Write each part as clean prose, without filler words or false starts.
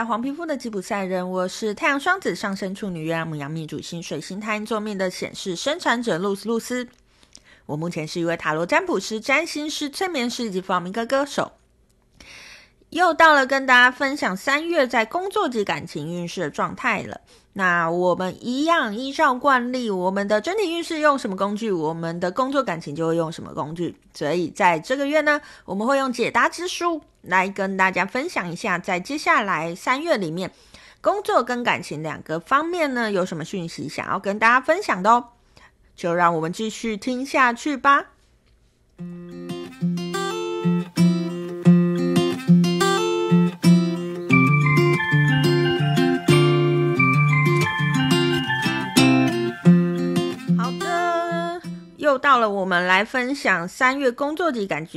黄皮肤的吉普赛人，我是太阳双子上升处女月亮牡羊命主星水星太阴座命的显示生产者露丝。我目前是一位塔罗占卜师、占星师、催眠师以及弗朗明哥歌手。又到了跟大家分享3月在工作及感情运势的状态了。那我们一样依照惯例，我们的整体运势用什么工具，我们的工作感情就会用什么工具。所以在这个月呢，我们会用解答之书来跟大家分享一下，在接下来3月里面，工作跟感情2个方面呢，有什么讯息想要跟大家分享的哦。就让我们继续听下去吧。又到了我们来分享3月工作及感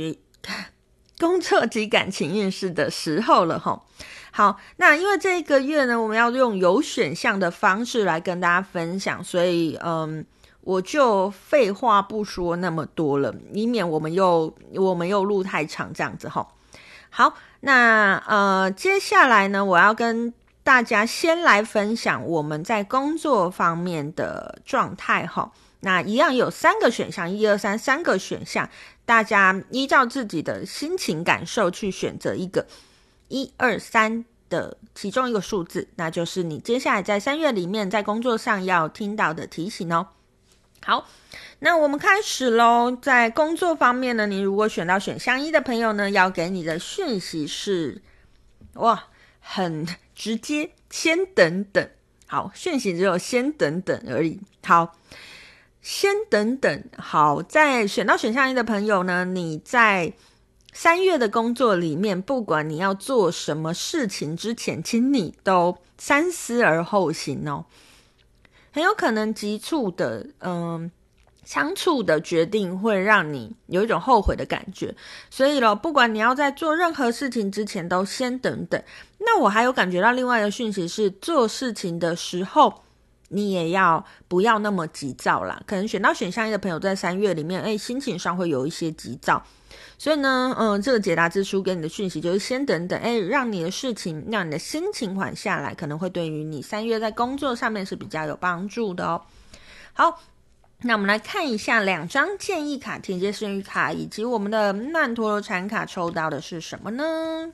情运势的时候了齁。好，那因为这个月呢，我们要用有选项的方式来跟大家分享，所以我就废话不说那么多了，以免我们又录太长这样子齁。好，那接下来呢，我要跟大家先来分享我们在工作方面的状态齁。那一样有3个选项，1、2、3，三个选项，大家依照自己的心情感受去选择一个1、2、3的其中一个数字，那就是你接下来在3月里面在工作上要听到的提醒哦。好，那我们开始咯。在工作方面呢，你如果选到选项1的朋友呢，要给你的讯息是哇，很直接，先等等。好，讯息只有先等等而已。好，先等等。好，在选到选项1的朋友呢，你在3月的工作里面，不管你要做什么事情之前，请你都三思而后行哦。很有可能急促的仓促的决定会让你有一种后悔的感觉，所以不管你要在做任何事情之前都先等等。那我还有感觉到另外一个讯息是，做事情的时候你也不要那么急躁啦。可能选到选项1的朋友在3月里面心情上会有一些急躁，所以呢这个解答之书给你的讯息就是先等等，让你的事情，让你的心情缓下来，可能会对于你3月在工作上面是比较有帮助的哦。好，那我们来看一下2张建议卡、天阶圣谕卡以及我们的曼陀罗禅卡抽到的是什么呢？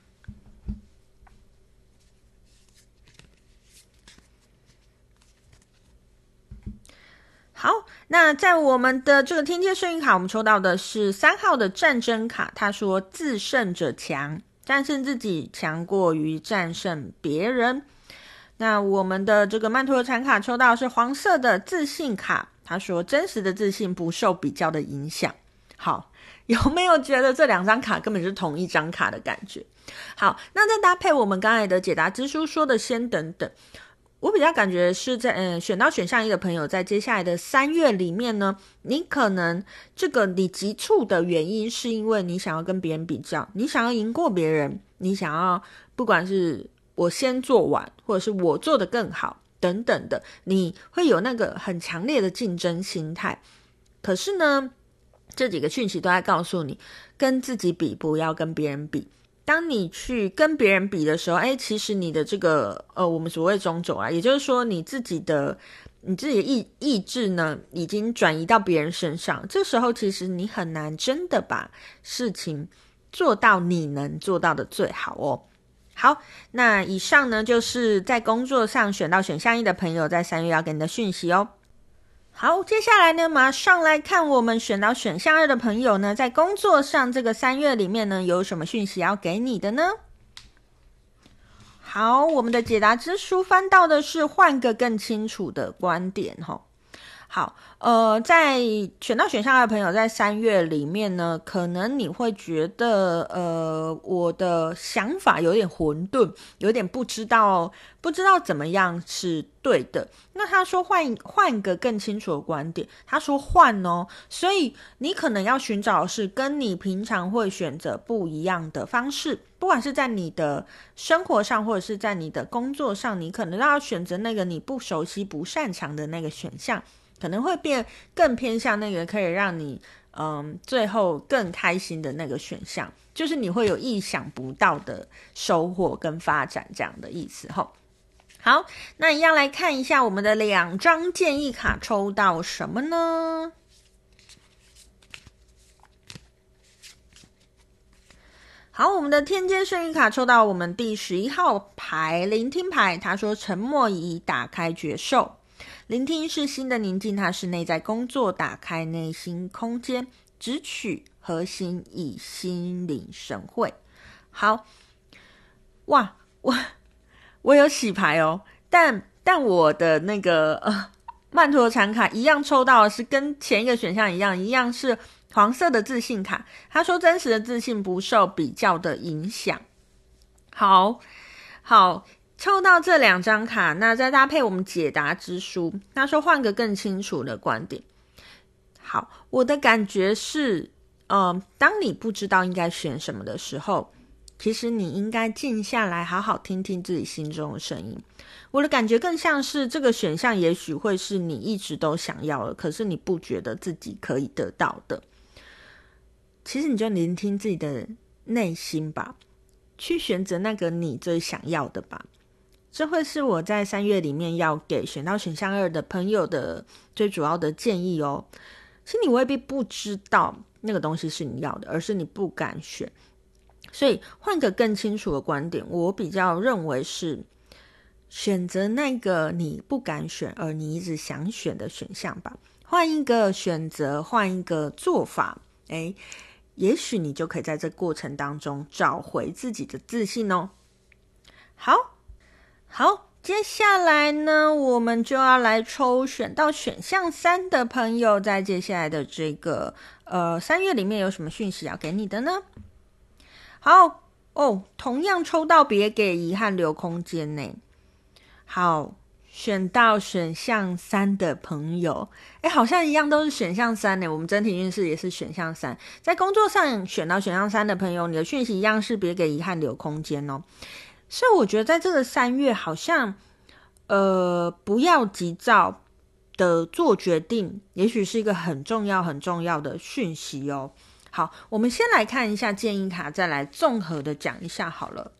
好，那在我们的这个天阶圣谕卡，我们抽到的是3号的战争卡，他说自胜者强，战胜自己强过于战胜别人。那我们的这个曼陀罗禅卡抽到的是黄色的自信卡，他说真实的自信不受比较的影响。好，有没有觉得这2张卡根本是同一张卡的感觉？好，那再搭配我们刚才的解答之书说的先等等，我比较感觉是在选到选项1的朋友，在接下来的3月里面呢，你可能你急促的原因是因为你想要跟别人比较，你想要赢过别人，你想要不管是我先做完，或者是我做得更好等等的，你会有那个很强烈的竞争心态。可是呢，这几个讯息都在告诉你，跟自己比，不要跟别人比。当你去跟别人比的时候，其实你的这个我们所谓中轴啊，也就是说你自己的意志呢，已经转移到别人身上。这时候其实你很难真的把事情做到你能做到的最好哦。好，那以上呢就是在工作上选到选项1的朋友在3月要给你的讯息哦。好，接下来呢，马上来看我们选到选项2的朋友呢，在工作上这个3月里面呢，有什么讯息要给你的呢？好，我们的解答之书翻到的是换个更清楚的观点齁。好，在选到选项2的朋友在3月里面呢，可能你会觉得我的想法有点混沌，有点不知道怎么样是对的。那他说换个更清楚的观点，他说换哦，所以你可能要寻找的是跟你平常会选择不一样的方式，不管是在你的生活上或者是在你的工作上，你可能要选择那个你不熟悉不擅长的那个选项，可能会更偏向那个可以让你最后更开心的那个选项。 就是你会有意想不到的收获跟发展这样的意思吼。好，那一样来看一下我们的2张建议卡抽到什么呢？好，我们的天阶圣谕卡抽到我们第11号牌聆听牌，他说沉默以打开觉受，聆听是心的宁静，它是内在工作，打开内心空间，直取核心，以心领神会。好，哇，我有洗牌哦，但我的那个曼陀禅卡一样抽到的是跟前一个选项一样是黄色的自信卡，他说真实的自信不受比较的影响。好，抽到这2张卡，那再搭配我们解答之书，他说换个更清楚的观点。好，我的感觉是当你不知道应该选什么的时候，其实你应该静下来好好听听自己心中的声音。我的感觉更像是这个选项也许会是你一直都想要的，可是你不觉得自己可以得到的。其实你就聆听自己的内心吧，去选择那个你最想要的吧。这会是我在3月里面要给选到选项2的朋友的最主要的建议哦。其实你未必不知道那个东西是你要的，而是你不敢选。所以换个更清楚的观点，我比较认为是选择那个你不敢选而你一直想选的选项吧。换一个选择，换一个做法，也许你就可以在这过程当中找回自己的自信哦。好，接下来呢，我们就要来抽选到选项3的朋友，在接下来的这个3月里面有什么讯息要给你的呢？好同样抽到别给遗憾留空间呢。好，选到选项3的朋友，好像一样都是选项3呢。我们整体运势也是选项3，在工作上选到选项3的朋友，你的讯息一样是别给遗憾留空间哦。所以我觉得在这个3月好像不要急躁的做决定，也许是一个很重要的讯息哦。好，我们先来看一下建议卡，再来综合的讲一下好了。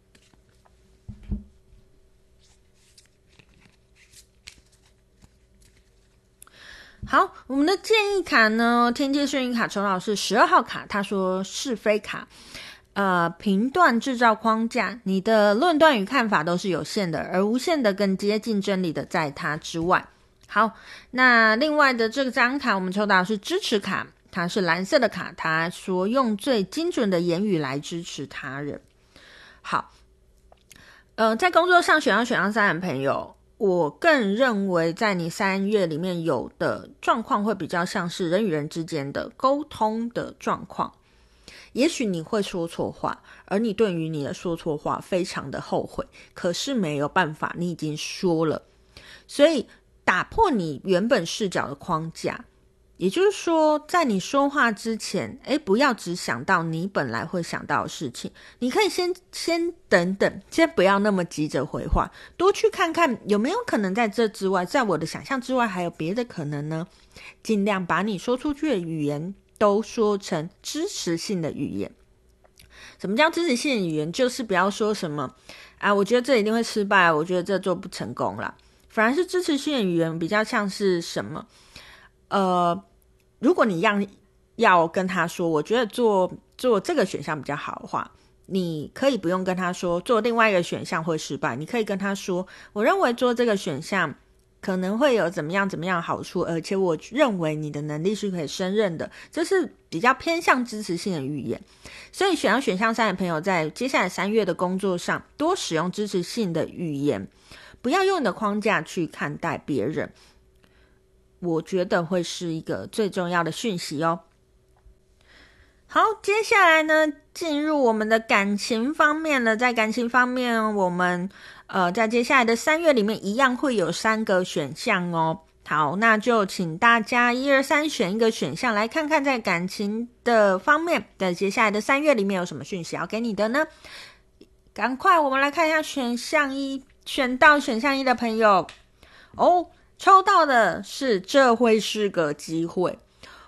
好，我们的建议卡呢，天界顺应卡抽到是12号卡，他说是非卡，评断制造框架，你的论断与看法都是有限的，而无限的更接近真理的在它之外。好，那另外的这张卡我们抽到是支持卡，它是蓝色的卡，他说用最精准的言语来支持他人。好，在工作上选到选项3的朋友，我更认为在你3月里面有的状况会比较像是人与人之间的沟通的状况。也许你会说错话，而你对于你的说错话非常的后悔，可是没有办法，你已经说了。所以打破你原本视角的框架，也就是说在你说话之前不要只想到你本来会想到的事情，你可以先等等，先不要那么急着回话，多去看看有没有可能在这之外，在我的想象之外还有别的可能呢。尽量把你说出去的语言都说成支持性的语言。什么叫支持性的语言？就是不要说什么我觉得这一定会失败，我觉得这做不成功啦。反而是支持性的语言比较像是什么如果你要跟他说我觉得做这个选项比较好的话，你可以不用跟他说做另外一个选项会失败，你可以跟他说我认为做这个选项可能会有怎么样的好处，而且我认为你的能力是可以胜任的，这是比较偏向支持性的语言。所以选到选项3的朋友，在接下来3月的工作上多使用支持性的语言，不要用你的框架去看待别人，我觉得会是一个最重要的讯息哦。好，接下来呢，进入我们的感情方面了。在感情方面，我们在接下来的3月里面一样会有3个选项哦。好，那就请大家1、2、3选一个选项，来看看在感情的方面，在接下来的3月里面有什么讯息要给你的呢？赶快我们来看一下选项1，选到选项1的朋友抽到的是这会是个机会。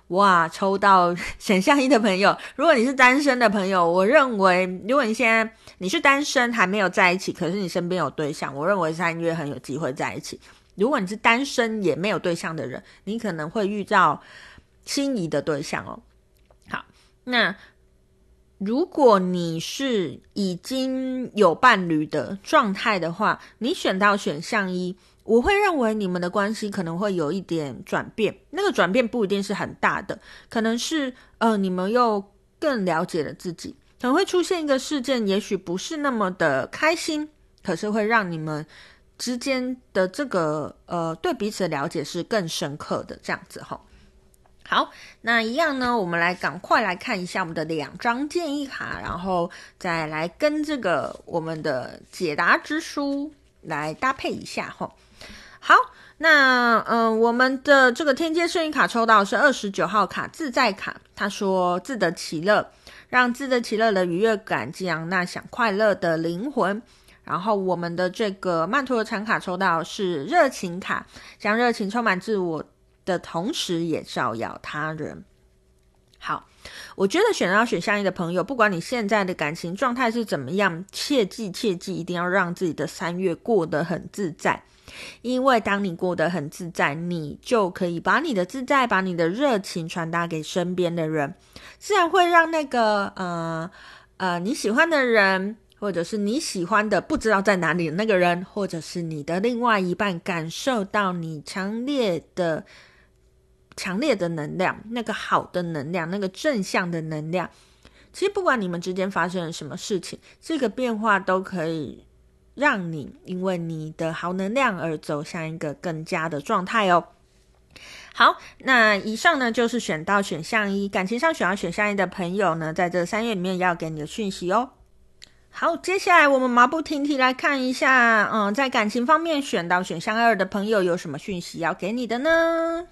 哇，抽到选项一的朋友，如果你是单身的朋友，我认为如果你现在你是单身还没有在一起，可是你身边有对象，我认为3月很有机会在一起。如果你是单身也没有对象的人，你可能会遇到心仪的对象哦。好，那如果你是已经有伴侣的状态的话，你选到选项一，我会认为你们的关系可能会有一点转变，那个转变不一定是很大的，可能是你们又更了解了自己，可能会出现一个事件，也许不是那么的开心，可是会让你们之间的这个对彼此的了解是更深刻的，这样子齁。好，那一样呢，我们来赶快来看一下我们的2张建议卡，然后再来跟这个我们的解答之书来搭配一下齁。好，那我们的这个天阶圣谕卡抽到是29号卡自在卡，他说自得其乐，让自得其乐的愉悦感激昂那想快乐的灵魂。然后我们的这个曼陀罗禅卡抽到是热情卡，将热情充满自我的同时也照耀他人。好，我觉得选到选项一的朋友，不管你现在的感情状态是怎么样，切记一定要让自己的3月过得很自在，因为当你过得很自在，你就可以把你的自在，把你的热情传达给身边的人，自然会让那个你喜欢的人，或者是你喜欢的不知道在哪里的那个人，或者是你的另外一半感受到你强烈的能量，那个好的能量，那个正向的能量。其实不管你们之间发生了什么事情，这个变化都可以让你因为你的好能量而走向一个更佳的状态哦。好，那以上呢就是选到选项一，感情上选到选项一的朋友呢，在这3月里面要给你的讯息哦。好，接下来我们马不停蹄来看一下，在感情方面选到选项2的朋友有什么讯息要给你的呢？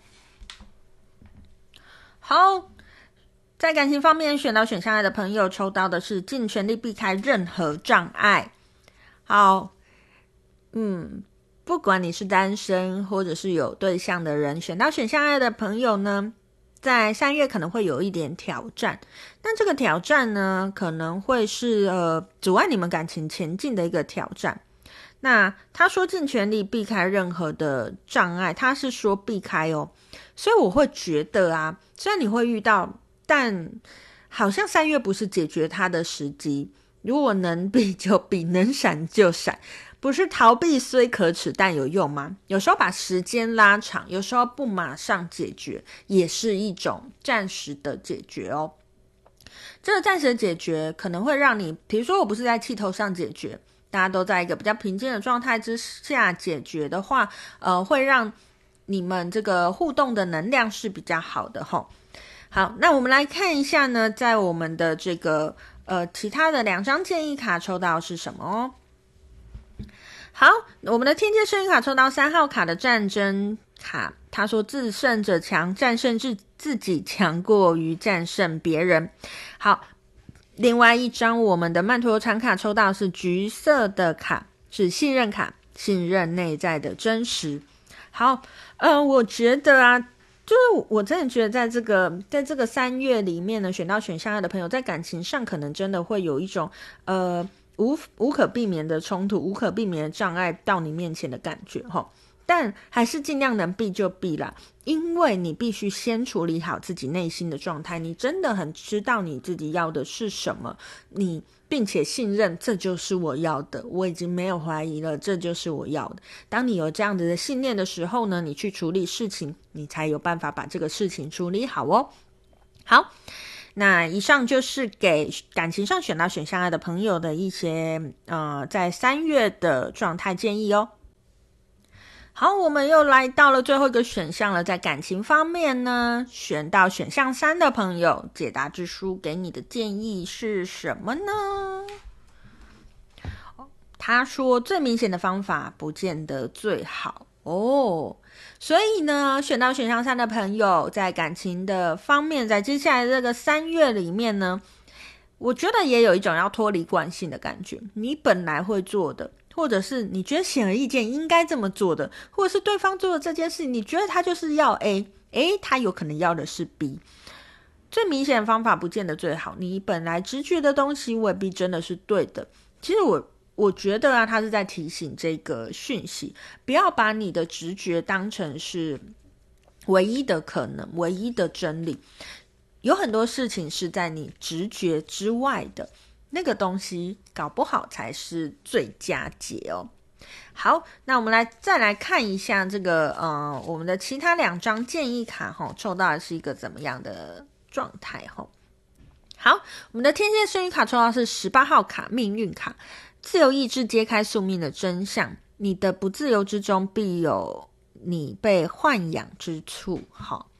好，在感情方面选到选项2的朋友抽到的是尽全力避开任何障碍。好，不管你是单身或者是有对象的人，选到选项2的朋友呢，在3月可能会有一点挑战，但这个挑战呢，可能会是阻碍你们感情前进的一个挑战。那他说尽全力避开任何的障碍，他是说避开哦，所以我会觉得啊，虽然你会遇到，但好像3月不是解决它的时机，如果能避就避，能闪就闪，不是逃避虽可耻但有用吗？有时候把时间拉长，有时候不马上解决，也是一种暂时的解决哦。这个暂时的解决可能会让你，比如说我不是在气头上解决，大家都在一个比较平静的状态之下解决的话，会让你们这个互动的能量是比较好的齁。好，那我们来看一下呢，在我们的这个其他的2张建议卡抽到是什么哦。好，我们的天阶圣谕卡抽到3号卡的战争卡，他说自胜者强，战胜自己强过于战胜别人。好，另外一张我们的曼陀罗禅卡抽到是橘色的卡，是信任卡，信任内在的真实。好，我觉得啊，就是我真的觉得在这个3月里面呢，选到选项2的朋友，在感情上可能真的会有一种无可避免的冲突，无可避免的障碍到你面前的感觉齁。但还是尽量能避就避啦，因为你必须先处理好自己内心的状态，你真的很知道你自己要的是什么，你并且信任这就是我要的，我已经没有怀疑了，这就是我要的。当你有这样子的信念的时候呢，你去处理事情，你才有办法把这个事情处理好哦。好，那以上就是给感情上选到选项2的朋友的一些在3月的状态建议哦。好，我们又来到了最后一个选项了，在感情方面呢，选到选项3的朋友，解答之书给你的建议是什么呢？他说最明显的方法不见得最好哦，所以呢，选到选项3的朋友，在感情的方面，在接下来这个3月里面呢，我觉得也有一种要脱离惯性的感觉，你本来会做的或者是你觉得显而易见应该这么做的，或者是对方做的这件事你觉得他就是要 A， 他有可能要的是 B。 最明显的方法不见得最好，你本来直觉的东西未必真的是对的。其实我觉得他是在提醒这个讯息，不要把你的直觉当成是唯一的可能，唯一的真理。有很多事情是在你直觉之外的，那个东西搞不好才是最佳解哦。好，那我们再来看一下这个我们的其他2张建议卡抽到的是一个怎么样的状态。好，我们的天蝎幸运卡抽到是18号卡，命运卡。自由意志揭开宿命的真相，你的不自由之中必有你被豢养之处。好，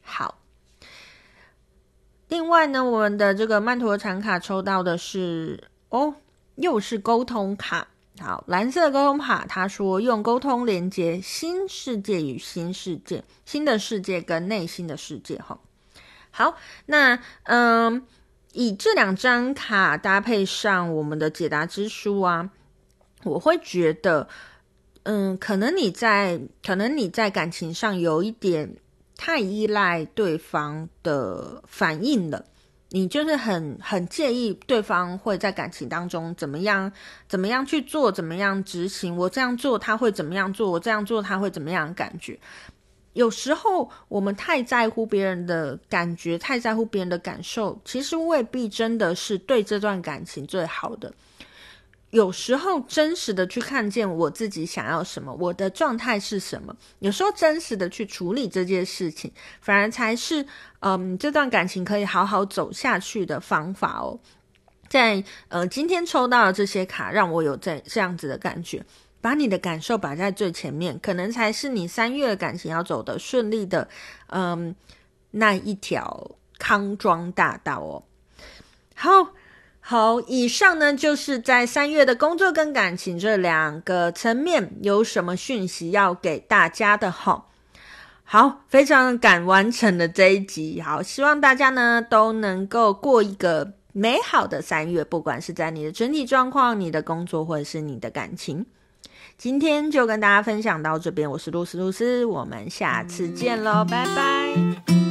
另外呢，我们的这个曼陀禅卡抽到的是又是沟通卡。好，蓝色的沟通卡，他说用沟通连接新世界与新世界，新的世界跟内心的世界。好，那以这2张卡搭配上我们的解答之书我会觉得可能你在感情上有一点太依赖对方的反应了，你就是很介意对方会在感情当中怎么样去做，怎么样执行，我这样做他会怎么样做，我这样做他会怎么样的感觉。有时候我们太在乎别人的感觉，太在乎别人的感受，其实未必真的是对这段感情最好的。有时候真实的去看见我自己想要什么，我的状态是什么，有时候真实的去处理这件事情，反而才是这段感情可以好好走下去的方法哦。在今天抽到的这些卡让我有这样子的感觉，把你的感受摆在最前面，可能才是你3月的感情要走得顺利的那一条康庄大道哦。好，以上呢就是在3月的工作跟感情这2个层面有什么讯息要给大家的。好，非常赶完成的这一集。好，希望大家呢都能够过一个美好的3月，不管是在你的整体状况、你的工作或者是你的感情。今天就跟大家分享到这边，我是露丝，我们下次见咯，拜拜。